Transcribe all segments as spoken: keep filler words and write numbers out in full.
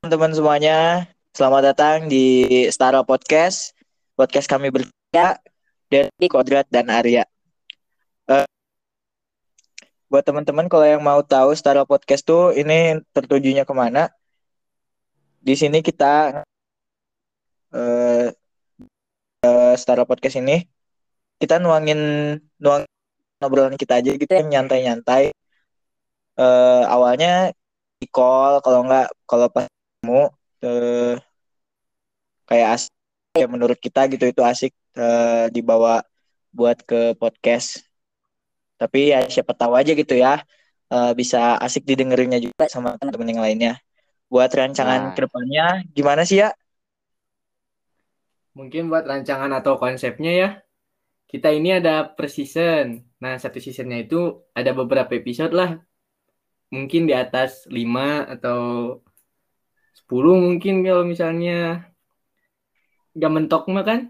Teman-teman semuanya, selamat datang di Stara Podcast. Podcast kami bertiga dari Kodrat dan Arya. Eh, buat teman-teman kalau yang mau tahu Stara Podcast tuh ini tertujunya kemana? Di sini kita eh Stara Podcast ini kita nuangin nuang obrolan kita aja gitu yang nyantai-nyantai. Eh, awalnya di call kalau nggak kalau pas ketemu eh, kayak asik ya menurut kita gitu itu asik eh, dibawa buat ke podcast. Tapi ya siapa tahu aja gitu ya eh, bisa asik didengerinnya juga sama teman-teman yang lainnya. Buat rancangan Nah, kedepannya gimana sih ya? Mungkin buat rancangan atau konsepnya ya, kita ini ada per season. Nah, satu seasonnya itu ada beberapa episode lah. Mungkin di atas lima atau sepuluh mungkin kalau misalnya gak mentok mah kan.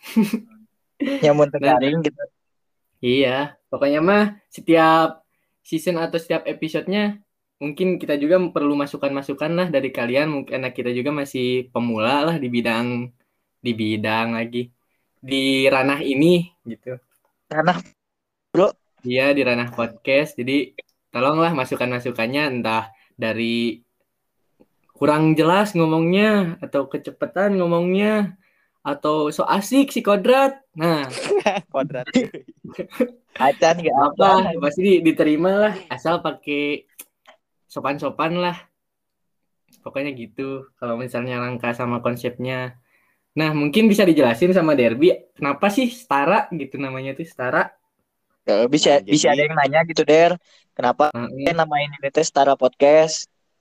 Nyamun Nah, tergaring gitu. iya. Pokoknya mah setiap season atau setiap episodenya mungkin kita juga perlu masukan-masukan lah dari kalian. Mungkin anak kita juga masih pemula lah di bidang di bidang lagi di ranah ini gitu. Karena bro, Iya di ranah podcast. Jadi tolonglah masukan-masukannya entah dari kurang jelas ngomongnya atau kecepatan ngomongnya atau so asik si kodrat. Nah, Kodrat. acan gak apa acan. pasti di- diterima lah asal pakai sopan-sopan lah. Pokoknya gitu kalau misalnya langkah sama konsepnya. Nah, mungkin bisa dijelasin sama Derby kenapa sih Setara gitu namanya tuh Setara. Eh, bisa Nah, bisa jadi ada yang nanya gitu Der, kenapa Heeh. namain ini teh Stara Podcast?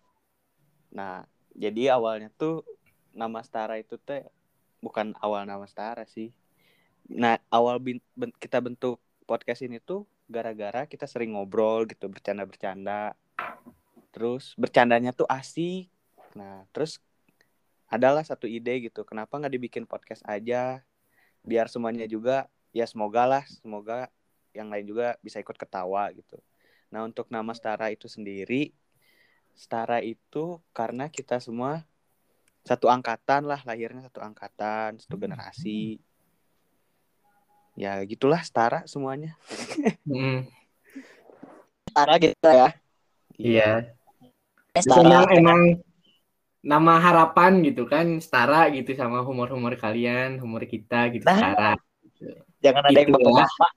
nah, jadi awalnya tuh nama Stara itu teh bukan awal nama Stara sih. Nah, awal bin, ben, kita bentuk podcast ini tuh gara-gara kita sering ngobrol gitu, bercanda-bercanda. Terus bercandanya tuh asik. Nah, terus adalah satu ide gitu, kenapa nggak dibikin podcast aja? Biar semuanya juga, ya semoga lah, semoga yang lain juga bisa ikut ketawa gitu. Nah, untuk nama Stara itu sendiri, Stara itu karena kita semua satu angkatan lah, lahirnya satu angkatan, satu generasi. Ya gitulah Stara semuanya. Mm, Stara gitu ya. Iya. iya. Terus emang Stara. emang nama harapan gitu kan setara gitu sama humor-humor kalian, humor kita gitu setara. Nah, Gitu. jangan ada yang Itulah. bapak-bapak.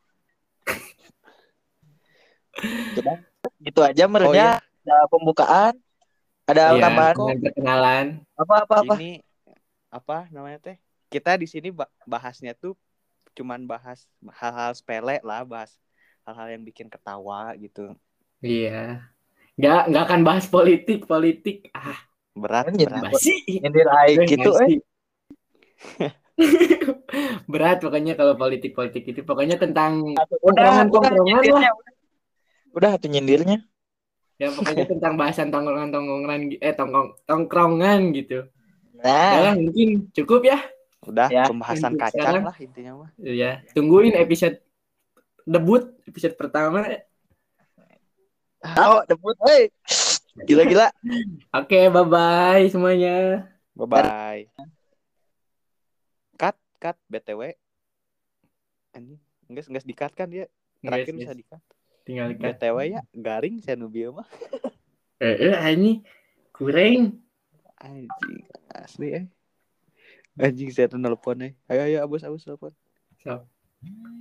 Sudah, gitu aja Oh merenya iya, ada pembukaan, ada Iya, ini tambahan kok dengan perkenalan. apa-apa-apa. ini apa namanya teh? Kita di sini bahasnya tuh cuman bahas hal-hal sepele lah, bahas hal-hal yang bikin ketawa gitu. Iya. Nggak nggak akan bahas politik, politik. Ah, Berat, Nyindir, berat. basi. nyindir aing Eh, gitu eh. basi. Berat pokoknya kalau politik-politik itu pokoknya tentang Udah, udah tongkrongan-tongkrongan lah. nyindirnya, udah, udah tuh nyindirnya. Ya pokoknya tentang bahasan tongkrongan-tongkrongan eh tongkrong tongkrongan gitu. Nah, Udah mungkin cukup ya Udah ya. pembahasan untuk kacang sekarang. lah intinya mah. Ya, tungguin episode debut, episode pertama. Oh, debut, hey. Gila-gila. Oke, bye-bye semuanya. Bye bye. Cut, cut B T W. Anjing, enggak enggak di-cut kan dia. Yes, Terakhir bisa yes. di-cut. Tinggal ikat. B T W ya, garing Zenobia mah. Eh, eh, ini kurang. Anjing, asli eh. Anjing saya tuh nelpon eh. Ayo ayo abus abus telepon. So.